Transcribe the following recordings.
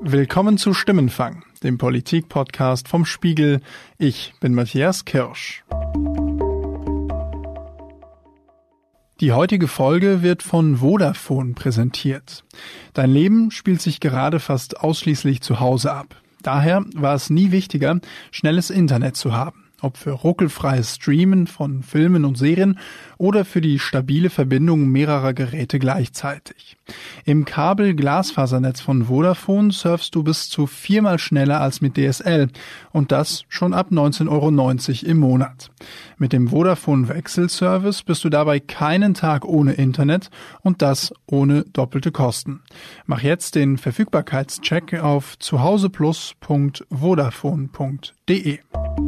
Willkommen zu Stimmenfang, dem Politik-Podcast vom Spiegel. Ich bin Matthias Kirsch. Die heutige Folge wird von Vodafone präsentiert. Dein Leben spielt sich gerade fast ausschließlich zu Hause ab. Daher war es nie wichtiger, schnelles Internet zu haben. Ob für ruckelfreies Streamen von Filmen und Serien oder für die stabile Verbindung mehrerer Geräte gleichzeitig. Im Kabel-Glasfasernetz von Vodafone surfst du bis zu 4-mal schneller als mit DSL und das schon ab 19,90 € im Monat. Mit dem Vodafone-Wechselservice bist du dabei keinen Tag ohne Internet und das ohne doppelte Kosten. Mach jetzt den Verfügbarkeitscheck auf zuhauseplus.vodafone.de.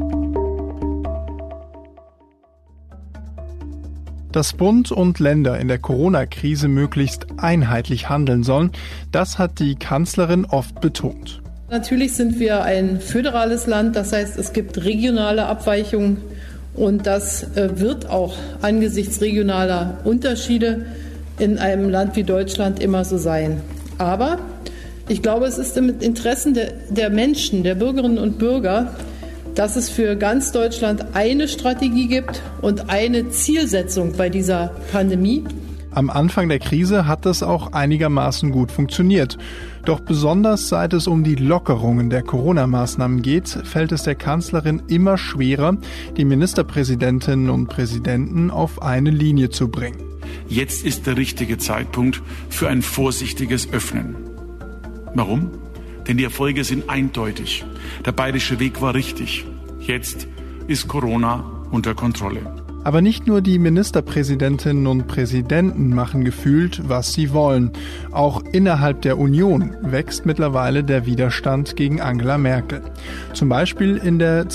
Dass Bund und Länder in der Corona-Krise möglichst einheitlich handeln sollen, das hat die Kanzlerin oft betont. Natürlich sind wir ein föderales Land, das heißt, es gibt regionale Abweichungen und das wird auch angesichts regionaler Unterschiede in einem Land wie Deutschland immer so sein. Aber ich glaube, es ist im Interesse der Menschen, der Bürgerinnen und Bürger, dass es für ganz Deutschland eine Strategie gibt und eine Zielsetzung bei dieser Pandemie. Am Anfang der Krise hat das auch einigermaßen gut funktioniert. Doch besonders seit es um die Lockerungen der Corona-Maßnahmen geht, fällt es der Kanzlerin immer schwerer, die Ministerpräsidentinnen und Präsidenten auf eine Linie zu bringen. Jetzt ist der richtige Zeitpunkt für ein vorsichtiges Öffnen. Warum? Denn die Erfolge sind eindeutig. Der bayerische Weg war richtig. Jetzt ist Corona unter Kontrolle. Aber nicht nur die Ministerpräsidentinnen und Präsidenten machen gefühlt, was sie wollen. Auch innerhalb der Union wächst mittlerweile der Widerstand gegen Angela Merkel. Zum Beispiel in der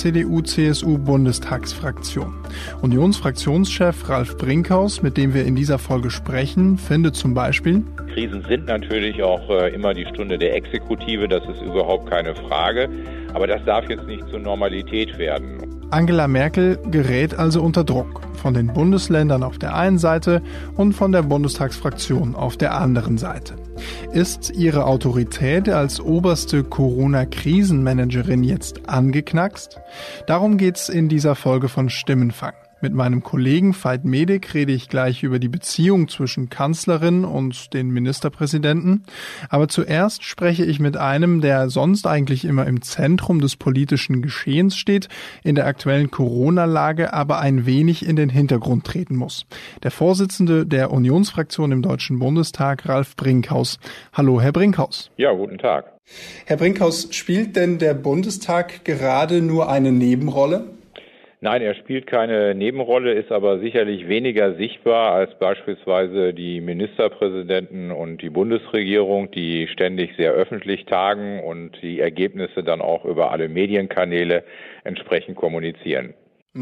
CDU-CSU-Bundestagsfraktion. Unionsfraktionschef Ralf Brinkhaus, mit dem wir in dieser Folge sprechen, findet zum Beispiel: Krisen sind natürlich auch immer die Stunde der Exekutive, das ist überhaupt keine Frage. Aber das darf jetzt nicht zur Normalität werden. Angela Merkel gerät also unter Druck. Von den Bundesländern auf der einen Seite und von der Bundestagsfraktion auf der anderen Seite. Ist ihre Autorität als oberste Corona-Krisenmanagerin jetzt angeknackst? Darum geht's in dieser Folge von Stimmenfang. Mit meinem Kollegen Veit Medik rede ich gleich über die Beziehung zwischen Kanzlerin und den Ministerpräsidenten. Aber zuerst spreche ich mit einem, der sonst eigentlich immer im Zentrum des politischen Geschehens steht, in der aktuellen Corona-Lage aber ein wenig in den Hintergrund treten muss. Der Vorsitzende der Unionsfraktion im Deutschen Bundestag, Ralf Brinkhaus. Hallo, Herr Brinkhaus. Ja, guten Tag. Herr Brinkhaus, spielt denn der Bundestag gerade nur eine Nebenrolle? Nein, er spielt keine Nebenrolle, ist aber sicherlich weniger sichtbar als beispielsweise die Ministerpräsidenten und die Bundesregierung, die ständig sehr öffentlich tagen und die Ergebnisse dann auch über alle Medienkanäle entsprechend kommunizieren.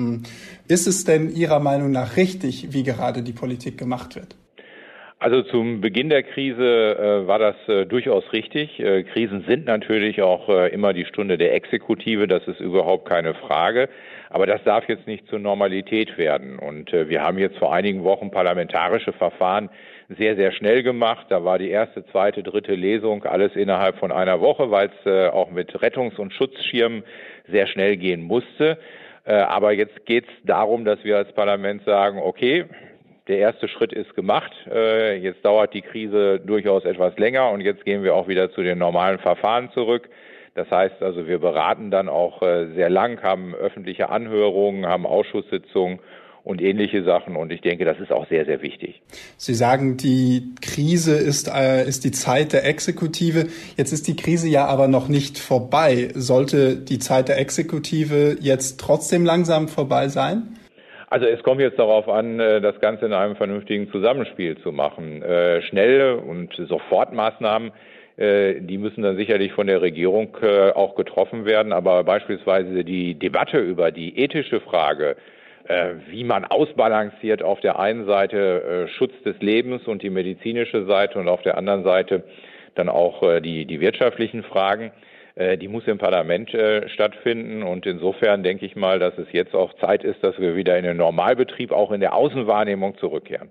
Ist es denn Ihrer Meinung nach richtig, wie gerade die Politik gemacht wird? Also zum Beginn der Krise war das durchaus richtig. Krisen sind natürlich auch immer die Stunde der Exekutive, das ist überhaupt keine Frage. Aber das darf jetzt nicht zur Normalität werden. Und wir haben jetzt vor einigen Wochen parlamentarische Verfahren sehr, sehr schnell gemacht. Da war die erste, zweite, dritte Lesung alles innerhalb von einer Woche, weil es auch mit Rettungs- und Schutzschirmen sehr schnell gehen musste. Aber jetzt geht es darum, dass wir als Parlament sagen, okay, der erste Schritt ist gemacht. Jetzt dauert die Krise durchaus etwas länger und jetzt gehen wir auch wieder zu den normalen Verfahren zurück. Das heißt also, wir beraten dann auch sehr lang, haben öffentliche Anhörungen, haben Ausschusssitzungen und ähnliche Sachen. Und ich denke, das ist auch sehr, sehr wichtig. Sie sagen, die Krise ist die Zeit der Exekutive. Jetzt ist die Krise ja aber noch nicht vorbei. Sollte die Zeit der Exekutive jetzt trotzdem langsam vorbei sein? Also es kommt jetzt darauf an, das Ganze in einem vernünftigen Zusammenspiel zu machen. Schnelle und Sofortmaßnahmen, die müssen dann sicherlich von der Regierung auch getroffen werden. Aber beispielsweise die Debatte über die ethische Frage, wie man ausbalanciert auf der einen Seite Schutz des Lebens und die medizinische Seite und auf der anderen Seite dann auch die wirtschaftlichen Fragen, Die muss im Parlament stattfinden. Und insofern denke ich mal, dass es jetzt auch Zeit ist, dass wir wieder in den Normalbetrieb auch in der Außenwahrnehmung zurückkehren.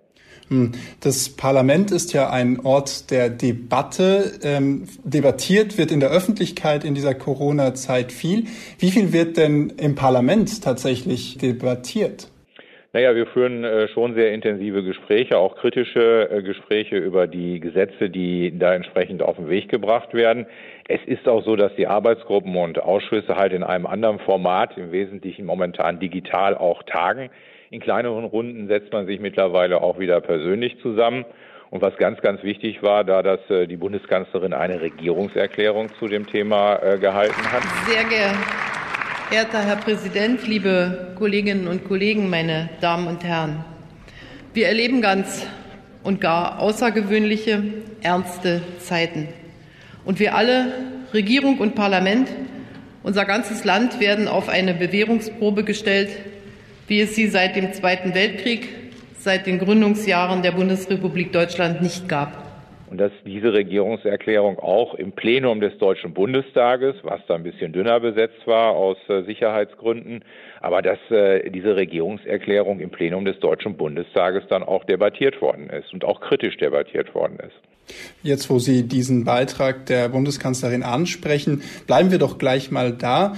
Das Parlament ist ja ein Ort der Debatte. Debattiert wird in der Öffentlichkeit in dieser Corona-Zeit viel. Wie viel wird denn im Parlament tatsächlich debattiert? Naja, wir führen schon sehr intensive Gespräche, auch kritische Gespräche über die Gesetze, die da entsprechend auf den Weg gebracht werden. Es ist auch so, dass die Arbeitsgruppen und Ausschüsse halt in einem anderen Format, im Wesentlichen momentan digital, auch tagen. In kleineren Runden setzt man sich mittlerweile auch wieder persönlich zusammen. Und was ganz, ganz wichtig war, da dass die Bundeskanzlerin eine Regierungserklärung zu dem Thema gehalten hat. Sehr geehrter Herr Präsident, liebe Kolleginnen und Kollegen, meine Damen und Herren! Wir erleben ganz und gar außergewöhnliche, ernste Zeiten. Und wir alle, Regierung und Parlament, unser ganzes Land werden auf eine Bewährungsprobe gestellt, wie es sie seit dem Zweiten Weltkrieg, seit den Gründungsjahren der Bundesrepublik Deutschland nicht gab. Und dass diese Regierungserklärung auch im Plenum des Deutschen Bundestages, was da ein bisschen dünner besetzt war aus Sicherheitsgründen, aber dass diese Regierungserklärung im Plenum des Deutschen Bundestages dann auch debattiert worden ist und auch kritisch debattiert worden ist. Jetzt, wo Sie diesen Beitrag der Bundeskanzlerin ansprechen, bleiben wir doch gleich mal da.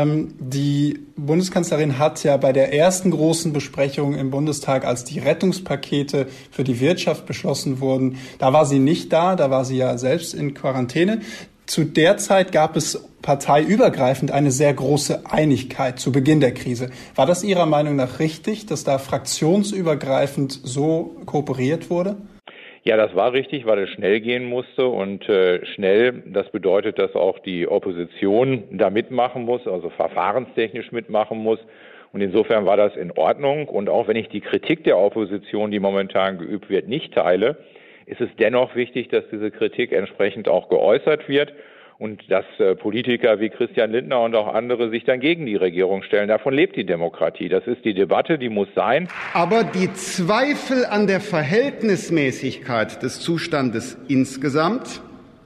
Die Bundeskanzlerin hat ja bei der ersten großen Besprechung im Bundestag, als die Rettungspakete für die Wirtschaft beschlossen wurden, da war sie nicht da war sie ja selbst in Quarantäne. Zu der Zeit gab es parteiübergreifend eine sehr große Einigkeit zu Beginn der Krise. War das Ihrer Meinung nach richtig, dass da fraktionsübergreifend so kooperiert wurde? Ja, das war richtig, weil es schnell gehen musste und schnell, das bedeutet, dass auch die Opposition da mitmachen muss, also verfahrenstechnisch mitmachen muss. Und insofern war das in Ordnung. Und auch wenn ich die Kritik der Opposition, die momentan geübt wird, nicht teile, ist es dennoch wichtig, dass diese Kritik entsprechend auch geäußert wird und dass Politiker wie Christian Lindner und auch andere sich dann gegen die Regierung stellen. Davon lebt die Demokratie. Das ist die Debatte, die muss sein. Aber die Zweifel an der Verhältnismäßigkeit des Zustandes insgesamt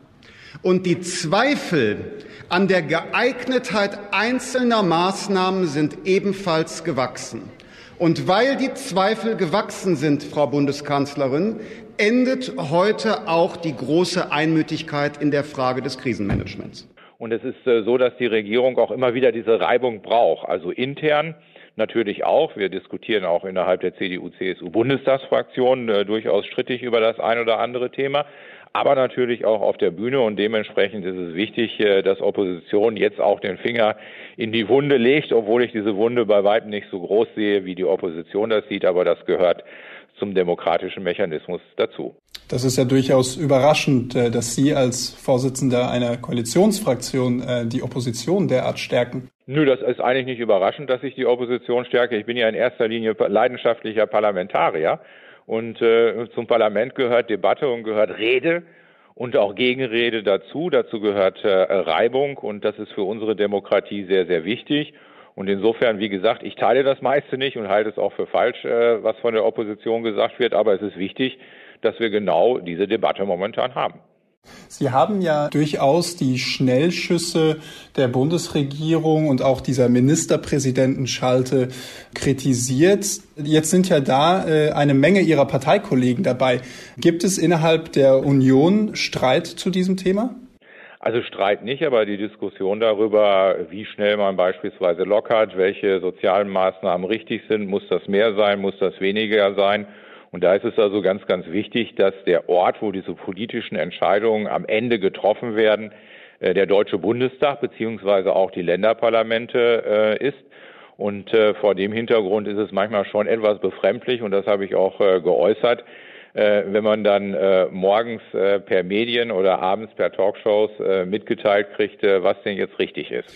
und die Zweifel an der Geeignetheit einzelner Maßnahmen sind ebenfalls gewachsen. Und weil die Zweifel gewachsen sind, Frau Bundeskanzlerin, endet heute auch die große Einmütigkeit in der Frage des Krisenmanagements. Und es ist so, dass die Regierung auch immer wieder diese Reibung braucht, also intern natürlich auch. Wir diskutieren auch innerhalb der CDU-CSU-Bundestagsfraktion durchaus strittig über das ein oder andere Thema, aber natürlich auch auf der Bühne. Und dementsprechend ist es wichtig, dass Opposition jetzt auch den Finger in die Wunde legt, obwohl ich diese Wunde bei weitem nicht so groß sehe, wie die Opposition das sieht, aber das gehört zum demokratischen Mechanismus dazu. Das ist ja durchaus überraschend, dass Sie als Vorsitzender einer Koalitionsfraktion die Opposition derart stärken. Nö, das ist eigentlich nicht überraschend, dass ich die Opposition stärke. Ich bin ja in erster Linie leidenschaftlicher Parlamentarier und zum Parlament gehört Debatte und gehört Rede und auch Gegenrede dazu. Dazu gehört Reibung und das ist für unsere Demokratie sehr, sehr wichtig. Und insofern, wie gesagt, ich teile das meiste nicht und halte es auch für falsch, was von der Opposition gesagt wird. Aber es ist wichtig, dass wir genau diese Debatte momentan haben. Sie haben ja durchaus die Schnellschüsse der Bundesregierung und auch dieser Ministerpräsidentenschalte kritisiert. Jetzt sind ja da eine Menge Ihrer Parteikollegen dabei. Gibt es innerhalb der Union Streit zu diesem Thema? Also Streit nicht, aber die Diskussion darüber, wie schnell man beispielsweise lockert, welche sozialen Maßnahmen richtig sind, muss das mehr sein, muss das weniger sein. Und da ist es also ganz, ganz wichtig, dass der Ort, wo diese politischen Entscheidungen am Ende getroffen werden, der Deutsche Bundestag beziehungsweise auch die Länderparlamente ist. Und vor dem Hintergrund ist es manchmal schon etwas befremdlich, und das habe ich auch geäußert, wenn man dann morgens per Medien oder abends per Talkshows mitgeteilt kriegt, was denn jetzt richtig ist.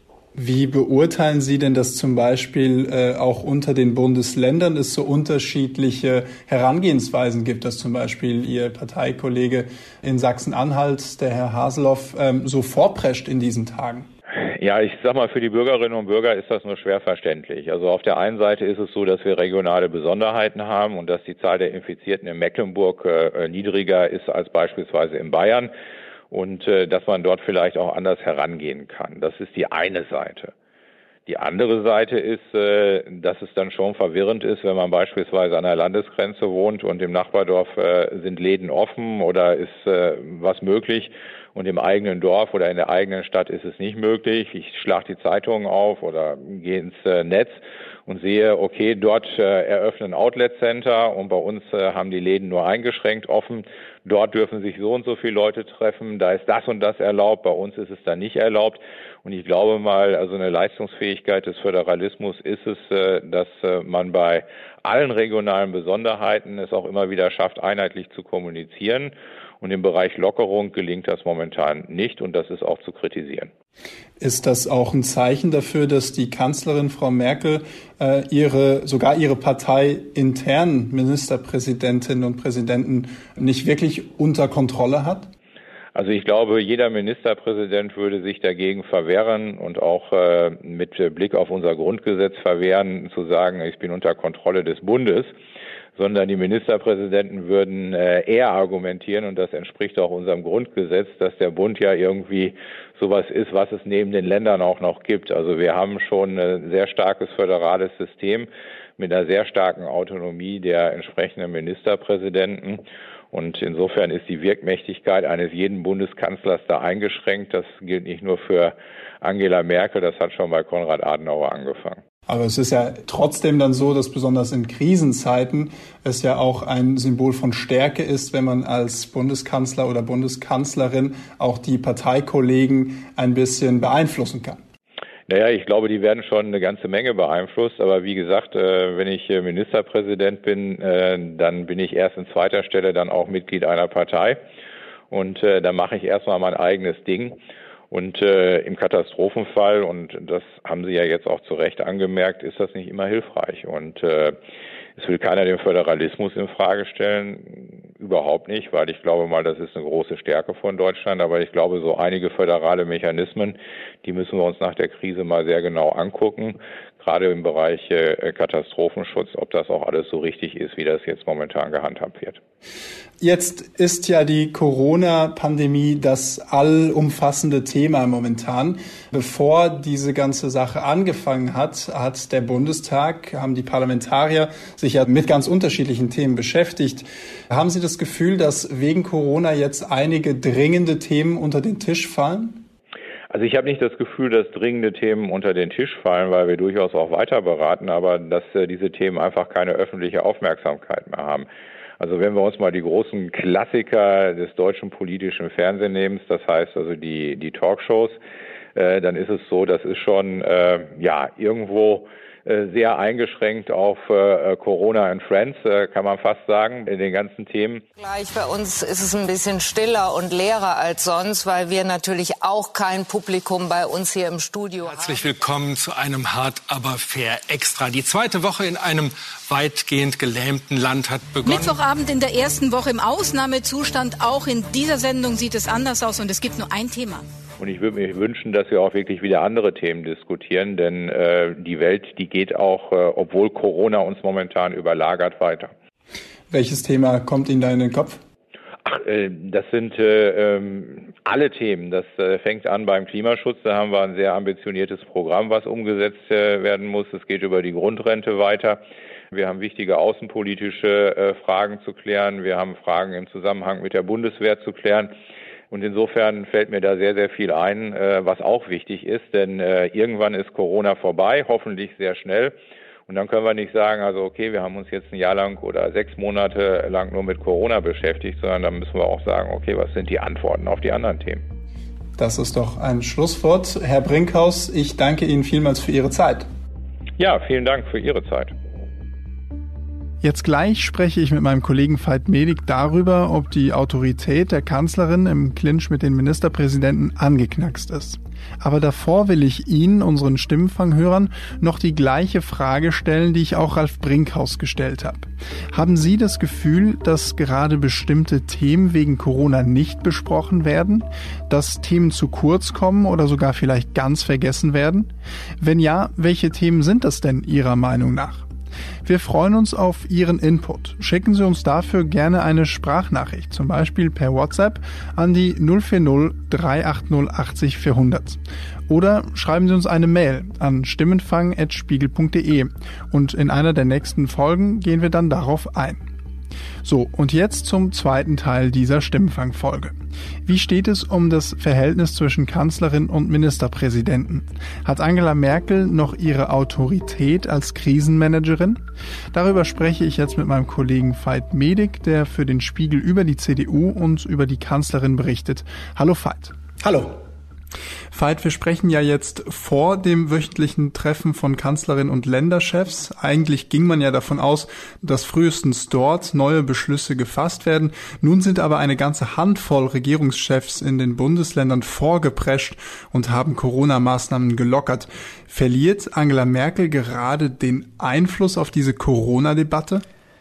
Wie beurteilen Sie denn, dass zum Beispiel auch unter den Bundesländern es so unterschiedliche Herangehensweisen gibt, dass zum Beispiel Ihr Parteikollege in Sachsen-Anhalt, der Herr Haseloff, so vorprescht in diesen Tagen? Ja, ich sag mal, für die Bürgerinnen und Bürger ist das nur schwer verständlich. Also auf der einen Seite ist es so, dass wir regionale Besonderheiten haben und dass die Zahl der Infizierten in Mecklenburg niedriger ist als beispielsweise in Bayern. und dass man dort vielleicht auch anders herangehen kann. Das ist die eine Seite. Die andere Seite ist, dass es dann schon verwirrend ist, wenn man beispielsweise an der Landesgrenze wohnt und im Nachbardorf sind Läden offen oder ist was möglich und im eigenen Dorf oder in der eigenen Stadt ist es nicht möglich. Ich schlage die Zeitungen auf oder gehe ins Netz und sehe, okay, dort eröffnen Outlet-Center und bei uns haben die Läden nur eingeschränkt offen. Dort dürfen sich so und so viele Leute treffen, da ist das und das erlaubt, bei uns ist es dann nicht erlaubt. Und ich glaube mal, also eine Leistungsfähigkeit des Föderalismus ist es, dass man bei allen regionalen Besonderheiten es auch immer wieder schafft, einheitlich zu kommunizieren. Und im Bereich Lockerung gelingt das momentan nicht und das ist auch zu kritisieren. Ist das auch ein Zeichen dafür, dass die Kanzlerin Frau Merkel sogar ihre parteiinternen Ministerpräsidentinnen und Präsidenten nicht wirklich unter Kontrolle hat? Also ich glaube, jeder Ministerpräsident würde sich dagegen verwehren und auch mit Blick auf unser Grundgesetz verwehren, zu sagen, ich bin unter Kontrolle des Bundes, sondern die Ministerpräsidenten würden eher argumentieren, und das entspricht auch unserem Grundgesetz, dass der Bund ja irgendwie sowas ist, was es neben den Ländern auch noch gibt. Also wir haben schon ein sehr starkes föderales System mit einer sehr starken Autonomie der entsprechenden Ministerpräsidenten. Und insofern ist die Wirkmächtigkeit eines jeden Bundeskanzlers da eingeschränkt. Das gilt nicht nur für Angela Merkel, das hat schon bei Konrad Adenauer angefangen. Aber es ist ja trotzdem dann so, dass besonders in Krisenzeiten es ja auch ein Symbol von Stärke ist, wenn man als Bundeskanzler oder Bundeskanzlerin auch die Parteikollegen ein bisschen beeinflussen kann. Naja, ich glaube, die werden schon eine ganze Menge beeinflusst. Aber wie gesagt, wenn ich Ministerpräsident bin, dann bin ich erst in zweiter Stelle dann auch Mitglied einer Partei. Und dann mache ich erstmal mein eigenes Ding. Und im Katastrophenfall, und das haben Sie ja jetzt auch zu Recht angemerkt, ist das nicht immer hilfreich. Und es will keiner den Föderalismus in Frage stellen, überhaupt nicht, weil ich glaube mal, das ist eine große Stärke von Deutschland. Aber ich glaube, so einige föderale Mechanismen, die müssen wir uns nach der Krise mal sehr genau angucken. Gerade im Bereich Katastrophenschutz, ob das auch alles so richtig ist, wie das jetzt momentan gehandhabt wird. Jetzt ist ja die Corona-Pandemie das allumfassende Thema momentan. Bevor diese ganze Sache angefangen hat, hat der Bundestag, haben die Parlamentarier sich ja mit ganz unterschiedlichen Themen beschäftigt. Haben Sie das Gefühl, dass wegen Corona jetzt einige dringende Themen unter den Tisch fallen? Also ich habe nicht das Gefühl, dass dringende Themen unter den Tisch fallen, weil wir durchaus auch weiter beraten, aber dass diese Themen einfach keine öffentliche Aufmerksamkeit mehr haben. Also wenn wir uns mal die großen Klassiker des deutschen politischen Fernsehens nehmen, das heißt also die Talkshows, dann ist es so, das ist schon irgendwo sehr eingeschränkt auf Corona and Friends, kann man fast sagen, in den ganzen Themen. Gleich bei uns ist es ein bisschen stiller und leerer als sonst, weil wir natürlich auch kein Publikum bei uns hier im Studio haben. Herzlich willkommen zu einem Hart aber fair Extra. Die zweite Woche in einem weitgehend gelähmten Land hat begonnen. Mittwochabend in der ersten Woche im Ausnahmezustand. Auch in dieser Sendung sieht es anders aus und es gibt nur ein Thema. Und ich würde mir wünschen, dass wir auch wirklich wieder andere Themen diskutieren, denn die Welt, die geht auch, obwohl Corona uns momentan überlagert, weiter. Welches Thema kommt Ihnen da in den Kopf? Das sind alle Themen. Das fängt an beim Klimaschutz. Da haben wir ein sehr ambitioniertes Programm, was umgesetzt werden muss. Es geht über die Grundrente weiter. Wir haben wichtige außenpolitische Fragen zu klären. Wir haben Fragen im Zusammenhang mit der Bundeswehr zu klären. Und insofern fällt mir da sehr, sehr viel ein, was auch wichtig ist, denn irgendwann ist Corona vorbei, hoffentlich sehr schnell. Und dann können wir nicht sagen, also okay, wir haben uns jetzt ein Jahr lang oder 6 Monate lang nur mit Corona beschäftigt, sondern dann müssen wir auch sagen, okay, was sind die Antworten auf die anderen Themen? Das ist doch ein Schlusswort. Herr Brinkhaus, ich danke Ihnen vielmals für Ihre Zeit. Ja, vielen Dank für Ihre Zeit. Jetzt gleich spreche ich mit meinem Kollegen Veit Medig darüber, ob die Autorität der Kanzlerin im Clinch mit den Ministerpräsidenten angeknackst ist. Aber davor will ich Ihnen, unseren Stimmenfanghörern, noch die gleiche Frage stellen, die ich auch Ralf Brinkhaus gestellt habe. Haben Sie das Gefühl, dass gerade bestimmte Themen wegen Corona nicht besprochen werden? Dass Themen zu kurz kommen oder sogar vielleicht ganz vergessen werden? Wenn ja, welche Themen sind das denn Ihrer Meinung nach? Wir freuen uns auf Ihren Input. Schicken Sie uns dafür gerne eine Sprachnachricht, zum Beispiel per WhatsApp an die 040 380 80 400. Oder schreiben Sie uns eine Mail an stimmenfang@spiegel.de und in einer der nächsten Folgen gehen wir dann darauf ein. So, und jetzt zum zweiten Teil dieser Stimmenfang-Folge. Wie steht es um das Verhältnis zwischen Kanzlerin und Ministerpräsidenten? Hat Angela Merkel noch ihre Autorität als Krisenmanagerin? Darüber spreche ich jetzt mit meinem Kollegen Veit Medig, der für den Spiegel über die CDU und über die Kanzlerin berichtet. Hallo Veit. Hallo. Veit, wir sprechen ja jetzt vor dem wöchentlichen Treffen von Kanzlerin und Länderchefs. Eigentlich ging man ja davon aus, dass frühestens dort neue Beschlüsse gefasst werden. Nun sind aber eine ganze Handvoll Regierungschefs in den Bundesländern vorgeprescht und haben Corona-Maßnahmen gelockert. Verliert Angela Merkel gerade den Einfluss auf diese Corona-Debatte?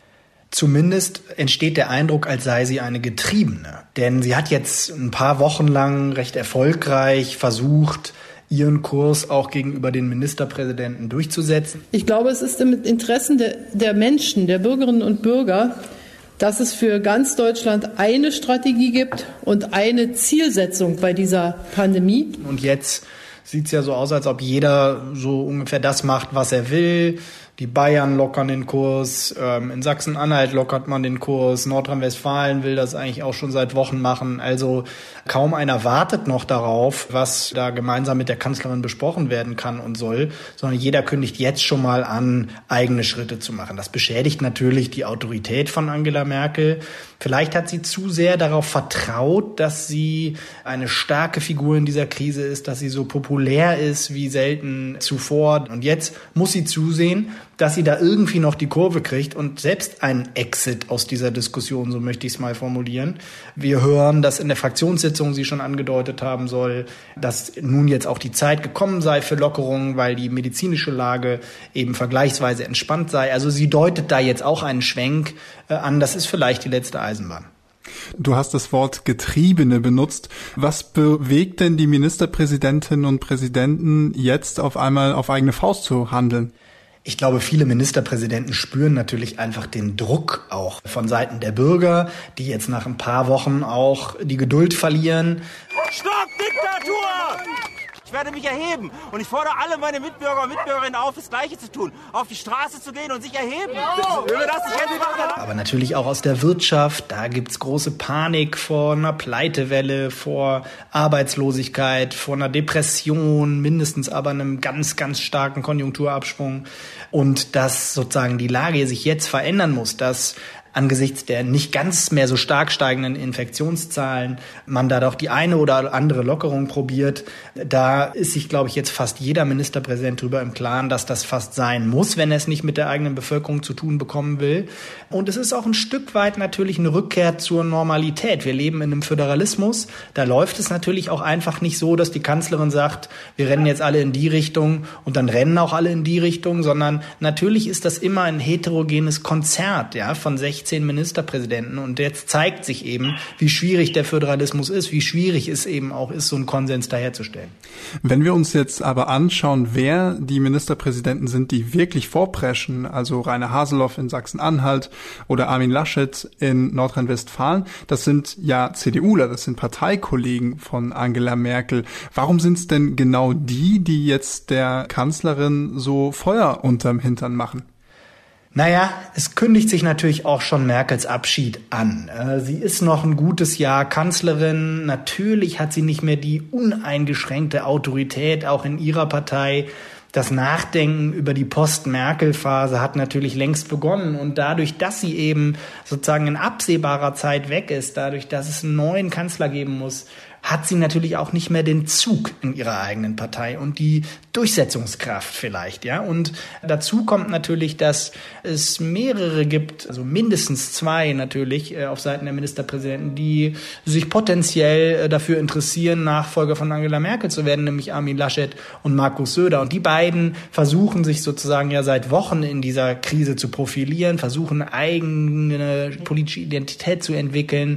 Zumindest entsteht der Eindruck, als sei sie eine Getriebene. Denn sie hat jetzt ein paar Wochen lang recht erfolgreich versucht, ihren Kurs auch gegenüber den Ministerpräsidenten durchzusetzen. Ich glaube, es ist im Interesse der Menschen, der Bürgerinnen und Bürger, dass es für ganz Deutschland eine Strategie gibt und eine Zielsetzung bei dieser Pandemie. Und jetzt sieht es ja so aus, als ob jeder so ungefähr das macht, was er will. Die Bayern lockern den Kurs, in Sachsen-Anhalt lockert man den Kurs, Nordrhein-Westfalen will das eigentlich auch schon seit Wochen machen. Also kaum einer wartet noch darauf, was da gemeinsam mit der Kanzlerin besprochen werden kann und soll, sondern jeder kündigt jetzt schon mal an, eigene Schritte zu machen. Das beschädigt natürlich die Autorität von Angela Merkel. Vielleicht hat sie zu sehr darauf vertraut, dass sie eine starke Figur in dieser Krise ist, dass sie so populär ist wie selten zuvor. Und jetzt muss sie zusehen, dass sie da irgendwie noch die Kurve kriegt und selbst einen Exit aus dieser Diskussion, so möchte ich es mal formulieren. Wir hören, dass in der Fraktionssitzung sie schon angedeutet haben soll, dass nun jetzt auch die Zeit gekommen sei für Lockerungen, weil die medizinische Lage eben vergleichsweise entspannt sei. Also sie deutet da jetzt auch einen Schwenk an, das ist vielleicht die letzte Eisenbahn. Du hast das Wort Getriebene benutzt. Was bewegt denn die Ministerpräsidentinnen und Präsidenten jetzt auf einmal auf eigene Faust zu handeln? Ich glaube, viele Ministerpräsidenten spüren natürlich einfach den Druck auch von Seiten der Bürger, die jetzt nach ein paar Wochen auch die Geduld verlieren. Stopp, Diktatur! Ich werde mich erheben und ich fordere alle meine Mitbürger und Mitbürgerinnen auf, das Gleiche zu tun, auf die Straße zu gehen und sich erheben. Wenn wir das nicht jetzt machen, aber natürlich auch aus der Wirtschaft, da gibt's große Panik vor einer Pleitewelle, vor Arbeitslosigkeit, vor einer Depression, mindestens aber einem ganz, ganz starken Konjunkturabschwung. Und dass sozusagen die Lage sich jetzt verändern muss, dass angesichts der nicht ganz mehr so stark steigenden Infektionszahlen man da doch die eine oder andere Lockerung probiert. Da ist sich, glaube ich, jetzt fast jeder Ministerpräsident drüber im Klaren, dass das fast sein muss, wenn er es nicht mit der eigenen Bevölkerung zu tun bekommen will. Und es ist auch ein Stück weit natürlich eine Rückkehr zur Normalität. Wir leben in einem Föderalismus. Da läuft es natürlich auch einfach nicht so, dass die Kanzlerin sagt, wir rennen jetzt alle in die Richtung und dann rennen auch alle in die Richtung, sondern natürlich ist das immer ein heterogenes Konzert, ja, von 16 Ministerpräsidenten. Und jetzt zeigt sich eben, wie schwierig der Föderalismus ist, wie schwierig es eben auch ist, so einen Konsens daherzustellen. Wenn wir uns jetzt aber anschauen, wer die Ministerpräsidenten sind, die wirklich vorpreschen, also Rainer Haseloff in Sachsen-Anhalt oder Armin Laschet in Nordrhein-Westfalen, das sind ja CDUler, das sind Parteikollegen von Angela Merkel. Warum sind es denn genau die jetzt der Kanzlerin so Feuer unterm Hintern machen? Naja, es kündigt sich natürlich auch schon Merkels Abschied an. Sie ist noch ein gutes Jahr Kanzlerin. Natürlich hat sie nicht mehr die uneingeschränkte Autorität, auch in ihrer Partei. Das Nachdenken über die Post-Merkel-Phase hat natürlich längst begonnen. Und dadurch, dass sie eben sozusagen in absehbarer Zeit weg ist, dadurch, dass es einen neuen Kanzler geben muss, hat sie natürlich auch nicht mehr den Zug in ihrer eigenen Partei und die Durchsetzungskraft vielleicht, ja. Und dazu kommt natürlich, dass es mehrere gibt, also mindestens 2 natürlich auf Seiten der Ministerpräsidenten, die sich potenziell dafür interessieren, Nachfolger von Angela Merkel zu werden, nämlich Armin Laschet und Markus Söder. Und die beiden versuchen sich sozusagen ja seit Wochen in dieser Krise zu profilieren, versuchen eigene politische Identität zu entwickeln.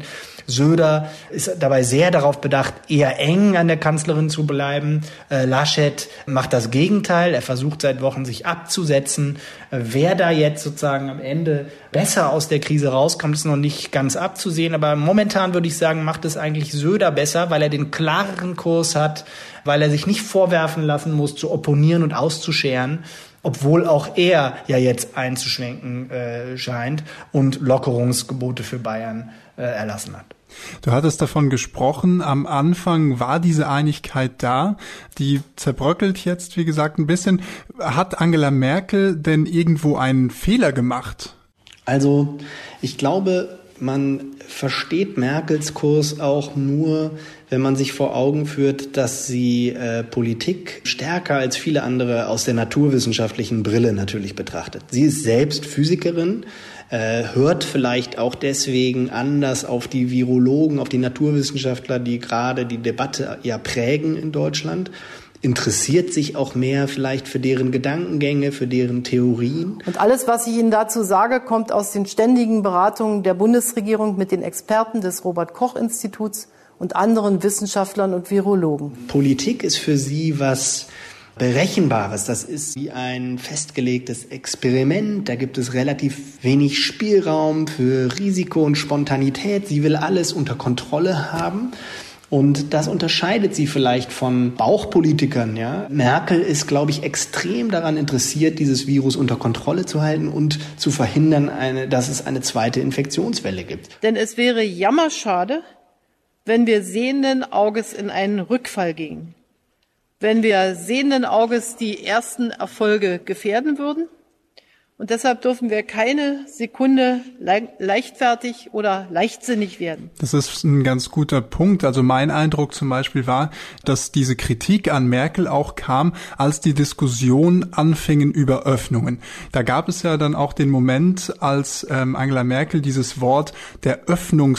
Söder ist dabei sehr darauf bedacht, eher eng an der Kanzlerin zu bleiben. Laschet macht das Gegenteil. Er versucht seit Wochen, sich abzusetzen. Wer da jetzt sozusagen am Ende besser aus der Krise rauskommt, ist noch nicht ganz abzusehen. Aber momentan würde ich sagen, macht es eigentlich Söder besser, weil er den klareren Kurs hat, weil er sich nicht vorwerfen lassen muss, zu opponieren und auszuscheren, obwohl auch er ja jetzt einzuschwenken scheint und Lockerungsgebote für Bayern erlassen hat. Du hattest davon gesprochen, am Anfang war diese Einigkeit da, die zerbröckelt jetzt, wie gesagt, ein bisschen. Hat Angela Merkel denn irgendwo einen Fehler gemacht? Also, ich glaube, man versteht Merkels Kurs auch nur, wenn man sich vor Augen führt, dass sie Politik stärker als viele andere aus der naturwissenschaftlichen Brille natürlich betrachtet. Sie ist selbst Physikerin, hört vielleicht auch deswegen anders auf die Virologen, auf die Naturwissenschaftler, die gerade die Debatte ja prägen in Deutschland, interessiert sich auch mehr vielleicht für deren Gedankengänge, für deren Theorien. Und alles, was ich Ihnen dazu sage, kommt aus den ständigen Beratungen der Bundesregierung mit den Experten des Robert-Koch-Instituts und anderen Wissenschaftlern und Virologen. Politik ist für sie was Berechenbares. Das ist wie ein festgelegtes Experiment. Da gibt es relativ wenig Spielraum für Risiko und Spontanität. Sie will alles unter Kontrolle haben. Und das unterscheidet sie vielleicht von Bauchpolitikern. Ja? Merkel ist, glaube ich, extrem daran interessiert, dieses Virus unter Kontrolle zu halten und zu verhindern, dass es eine zweite Infektionswelle gibt. Denn es wäre jammerschade, wenn wir sehenden Auges in einen Rückfall gingen. Wenn wir sehenden Auges die ersten Erfolge gefährden würden. Und deshalb dürfen wir keine Sekunde leichtfertig oder leichtsinnig werden. Das ist ein ganz guter Punkt. Also mein Eindruck zum Beispiel war, dass diese Kritik an Merkel auch kam, als die Diskussion anfingen über Öffnungen. Da gab es ja dann auch den Moment, als Angela Merkel dieses Wort der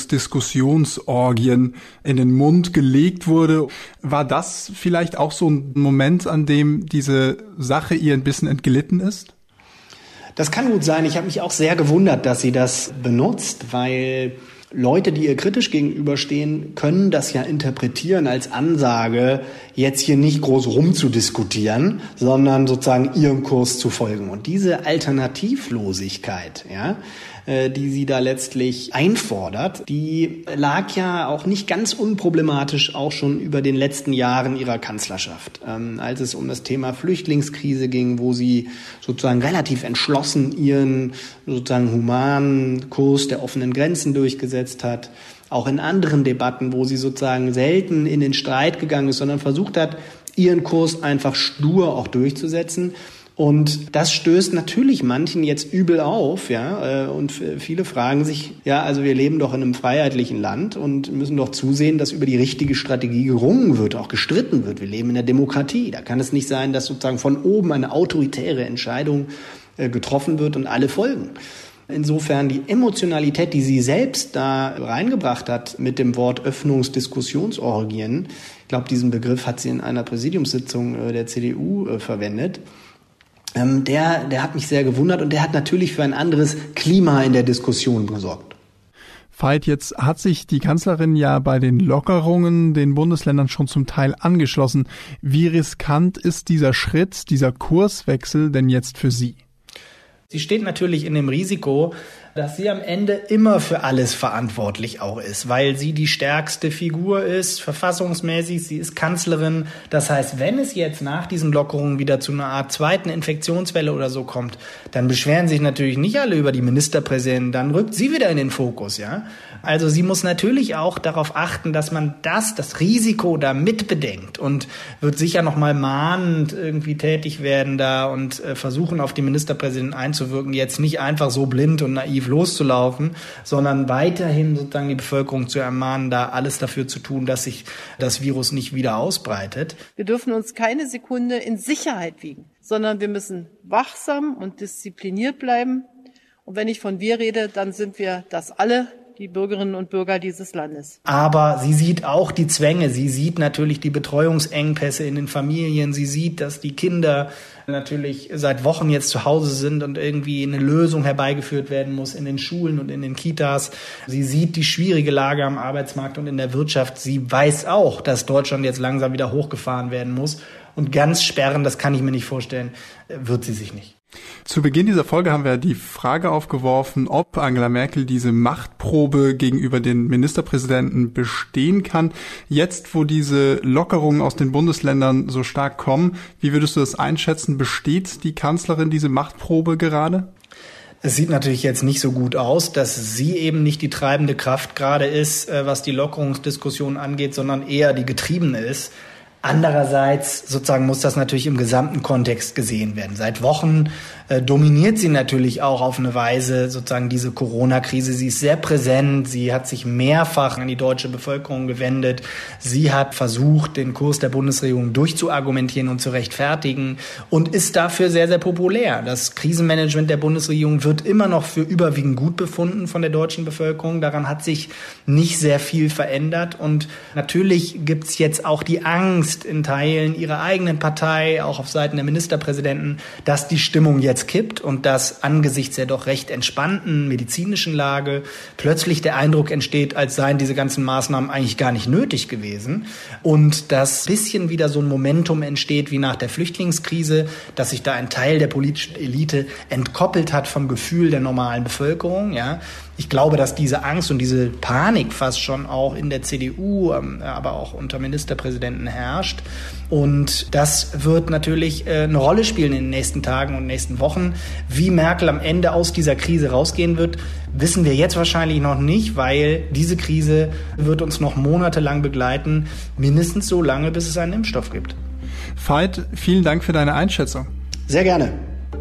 Öffnungsdiskussionsorgien in den Mund gelegt wurde. War das vielleicht auch so ein Moment, an dem diese Sache ihr ein bisschen entglitten ist? Das kann gut sein. Ich habe mich auch sehr gewundert, dass sie das benutzt, weil Leute, die ihr kritisch gegenüberstehen, können das ja interpretieren als Ansage, jetzt hier nicht groß rumzudiskutieren, sondern sozusagen ihrem Kurs zu folgen. Und diese Alternativlosigkeit, ja, die sie da letztlich einfordert, die lag ja auch nicht ganz unproblematisch auch schon über den letzten Jahren ihrer Kanzlerschaft. Als es um das Thema Flüchtlingskrise ging, wo sie sozusagen relativ entschlossen ihren sozusagen humanen Kurs der offenen Grenzen durchgesetzt hat. Auch in anderen Debatten, wo sie sozusagen selten in den Streit gegangen ist, sondern versucht hat, ihren Kurs einfach stur auch durchzusetzen. Und das stößt natürlich manchen jetzt übel auf, ja, und viele fragen sich, ja, also wir leben doch in einem freiheitlichen Land und müssen doch zusehen, dass über die richtige Strategie gerungen wird, auch gestritten wird. Wir leben in der Demokratie. Da kann es nicht sein, dass sozusagen von oben eine autoritäre Entscheidung getroffen wird und alle folgen. Insofern die Emotionalität, die sie selbst da reingebracht hat mit dem Wort Öffnungsdiskussionsorgien, ich glaube, diesen Begriff hat sie in einer Präsidiumssitzung der CDU verwendet. Der hat mich sehr gewundert und der hat natürlich für ein anderes Klima in der Diskussion gesorgt. Veit, jetzt hat sich die Kanzlerin ja bei den Lockerungen den Bundesländern schon zum Teil angeschlossen. Wie riskant ist dieser Schritt, dieser Kurswechsel denn jetzt für Sie? Sie steht natürlich in dem Risiko, dass sie am Ende immer für alles verantwortlich auch ist, weil sie die stärkste Figur ist, verfassungsmäßig, sie ist Kanzlerin. Das heißt, wenn es jetzt nach diesen Lockerungen wieder zu einer Art zweiten Infektionswelle oder so kommt, dann beschweren sich natürlich nicht alle über die Ministerpräsidentin, dann rückt sie wieder in den Fokus, ja. Also sie muss natürlich auch darauf achten, dass man das Risiko da mit bedenkt und wird sicher nochmal mahnend irgendwie tätig werden da und versuchen, auf die Ministerpräsidentin einzuwirken, jetzt nicht einfach so blind und naiv loszulaufen, sondern weiterhin sozusagen die Bevölkerung zu ermahnen, da alles dafür zu tun, dass sich das Virus nicht wieder ausbreitet. Wir dürfen uns keine Sekunde in Sicherheit wiegen, sondern wir müssen wachsam und diszipliniert bleiben. Und wenn ich von wir rede, dann sind wir das alle, die Bürgerinnen und Bürger dieses Landes. Aber sie sieht auch die Zwänge. Sie sieht natürlich die Betreuungsengpässe in den Familien. Sie sieht, dass die Kinder natürlich seit Wochen jetzt zu Hause sind und irgendwie eine Lösung herbeigeführt werden muss in den Schulen und in den Kitas. Sie sieht die schwierige Lage am Arbeitsmarkt und in der Wirtschaft. Sie weiß auch, dass Deutschland jetzt langsam wieder hochgefahren werden muss. Und ganz sperren, das kann ich mir nicht vorstellen, wird sie sich nicht. Zu Beginn dieser Folge haben wir die Frage aufgeworfen, ob Angela Merkel diese Machtprobe gegenüber den Ministerpräsidenten bestehen kann. Jetzt, wo diese Lockerungen aus den Bundesländern so stark kommen, wie würdest du das einschätzen? Besteht die Kanzlerin diese Machtprobe gerade? Es sieht natürlich jetzt nicht so gut aus, dass sie eben nicht die treibende Kraft gerade ist, was die Lockerungsdiskussion angeht, sondern eher die Getriebene ist. Andererseits sozusagen muss das natürlich im gesamten Kontext gesehen werden. Seit Wochen dominiert sie natürlich auch auf eine Weise sozusagen diese Corona-Krise. Sie ist sehr präsent. Sie hat sich mehrfach an die deutsche Bevölkerung gewendet. Sie hat versucht, den Kurs der Bundesregierung durchzuargumentieren und zu rechtfertigen und ist dafür sehr, sehr populär. Das Krisenmanagement der Bundesregierung wird immer noch für überwiegend gut befunden von der deutschen Bevölkerung. Daran hat sich nicht sehr viel verändert. Und natürlich gibt's jetzt auch die Angst in Teilen ihrer eigenen Partei, auch auf Seiten der Ministerpräsidenten, dass die Stimmung jetzt kippt und dass angesichts der doch recht entspannten medizinischen Lage plötzlich der Eindruck entsteht, als seien diese ganzen Maßnahmen eigentlich gar nicht nötig gewesen und dass bisschen wieder so ein Momentum entsteht wie nach der Flüchtlingskrise, dass sich da ein Teil der politischen Elite entkoppelt hat vom Gefühl der normalen Bevölkerung, ja. Ich glaube, dass diese Angst und diese Panik fast schon auch in der CDU, aber auch unter Ministerpräsidenten herrscht. Und das wird natürlich eine Rolle spielen in den nächsten Tagen und nächsten Wochen. Wie Merkel am Ende aus dieser Krise rausgehen wird, wissen wir jetzt wahrscheinlich noch nicht, weil diese Krise wird uns noch monatelang begleiten, mindestens so lange, bis es einen Impfstoff gibt. Veit, vielen Dank für deine Einschätzung. Sehr gerne.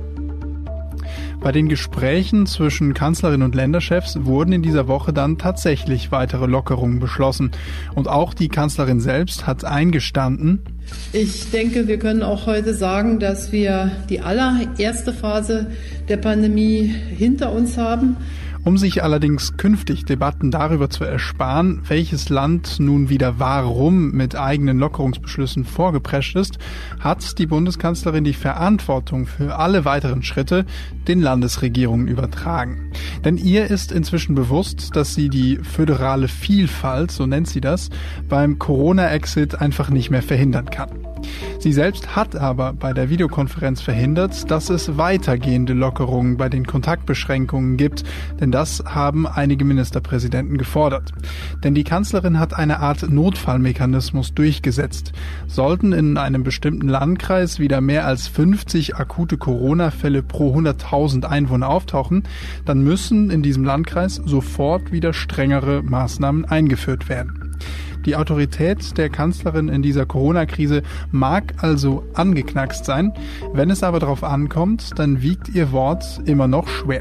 Bei den Gesprächen zwischen Kanzlerin und Länderchefs wurden in dieser Woche dann tatsächlich weitere Lockerungen beschlossen. Und auch die Kanzlerin selbst hat eingestanden: Ich denke, wir können auch heute sagen, dass wir die allererste Phase der Pandemie hinter uns haben. Um sich allerdings künftig Debatten darüber zu ersparen, welches Land nun wieder warum mit eigenen Lockerungsbeschlüssen vorgeprescht ist, hat die Bundeskanzlerin die Verantwortung für alle weiteren Schritte den Landesregierungen übertragen. Denn ihr ist inzwischen bewusst, dass sie die föderale Vielfalt, so nennt sie das, beim Corona-Exit einfach nicht mehr verhindern kann. Sie selbst hat aber bei der Videokonferenz verhindert, dass es weitergehende Lockerungen bei den Kontaktbeschränkungen gibt, denn das haben einige Ministerpräsidenten gefordert. Denn die Kanzlerin hat eine Art Notfallmechanismus durchgesetzt. Sollten in einem bestimmten Landkreis wieder mehr als 50 akute Corona-Fälle pro 100.000 Einwohner auftauchen, dann müssen in diesem Landkreis sofort wieder strengere Maßnahmen eingeführt werden. Die Autorität der Kanzlerin in dieser Corona-Krise mag also angeknackst sein. Wenn es aber darauf ankommt, dann wiegt ihr Wort immer noch schwer.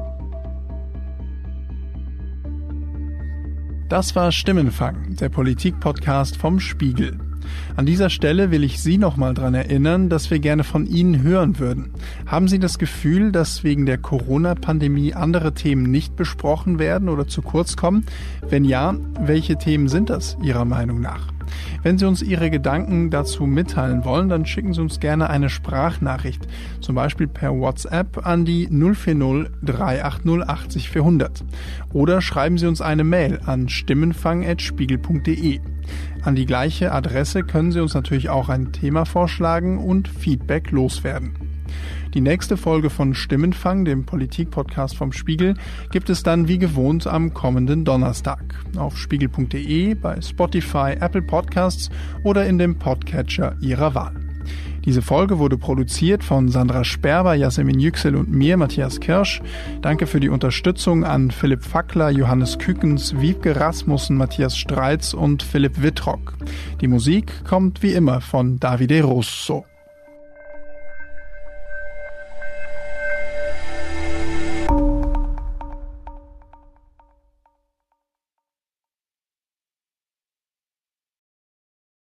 Das war Stimmenfang, der Politik-Podcast vom Spiegel. An dieser Stelle will ich Sie nochmal daran erinnern, dass wir gerne von Ihnen hören würden. Haben Sie das Gefühl, dass wegen der Corona-Pandemie andere Themen nicht besprochen werden oder zu kurz kommen? Wenn ja, welche Themen sind das Ihrer Meinung nach? Wenn Sie uns Ihre Gedanken dazu mitteilen wollen, dann schicken Sie uns gerne eine Sprachnachricht, zum Beispiel per WhatsApp an die 040 380 80 400. Oder schreiben Sie uns eine Mail an stimmenfang@spiegel.de. An die gleiche Adresse können Sie uns natürlich auch ein Thema vorschlagen und Feedback loswerden. Die nächste Folge von Stimmenfang, dem Politik-Podcast vom Spiegel, gibt es dann wie gewohnt am kommenden Donnerstag auf spiegel.de, bei Spotify, Apple Podcasts oder in dem Podcatcher Ihrer Wahl. Diese Folge wurde produziert von Sandra Sperber, Yasemin Yüksel und mir, Matthias Kirsch. Danke für die Unterstützung an Philipp Fackler, Johannes Kükens, Wiebke Rasmussen, Matthias Streitz und Philipp Wittrock. Die Musik kommt wie immer von Davide Russo.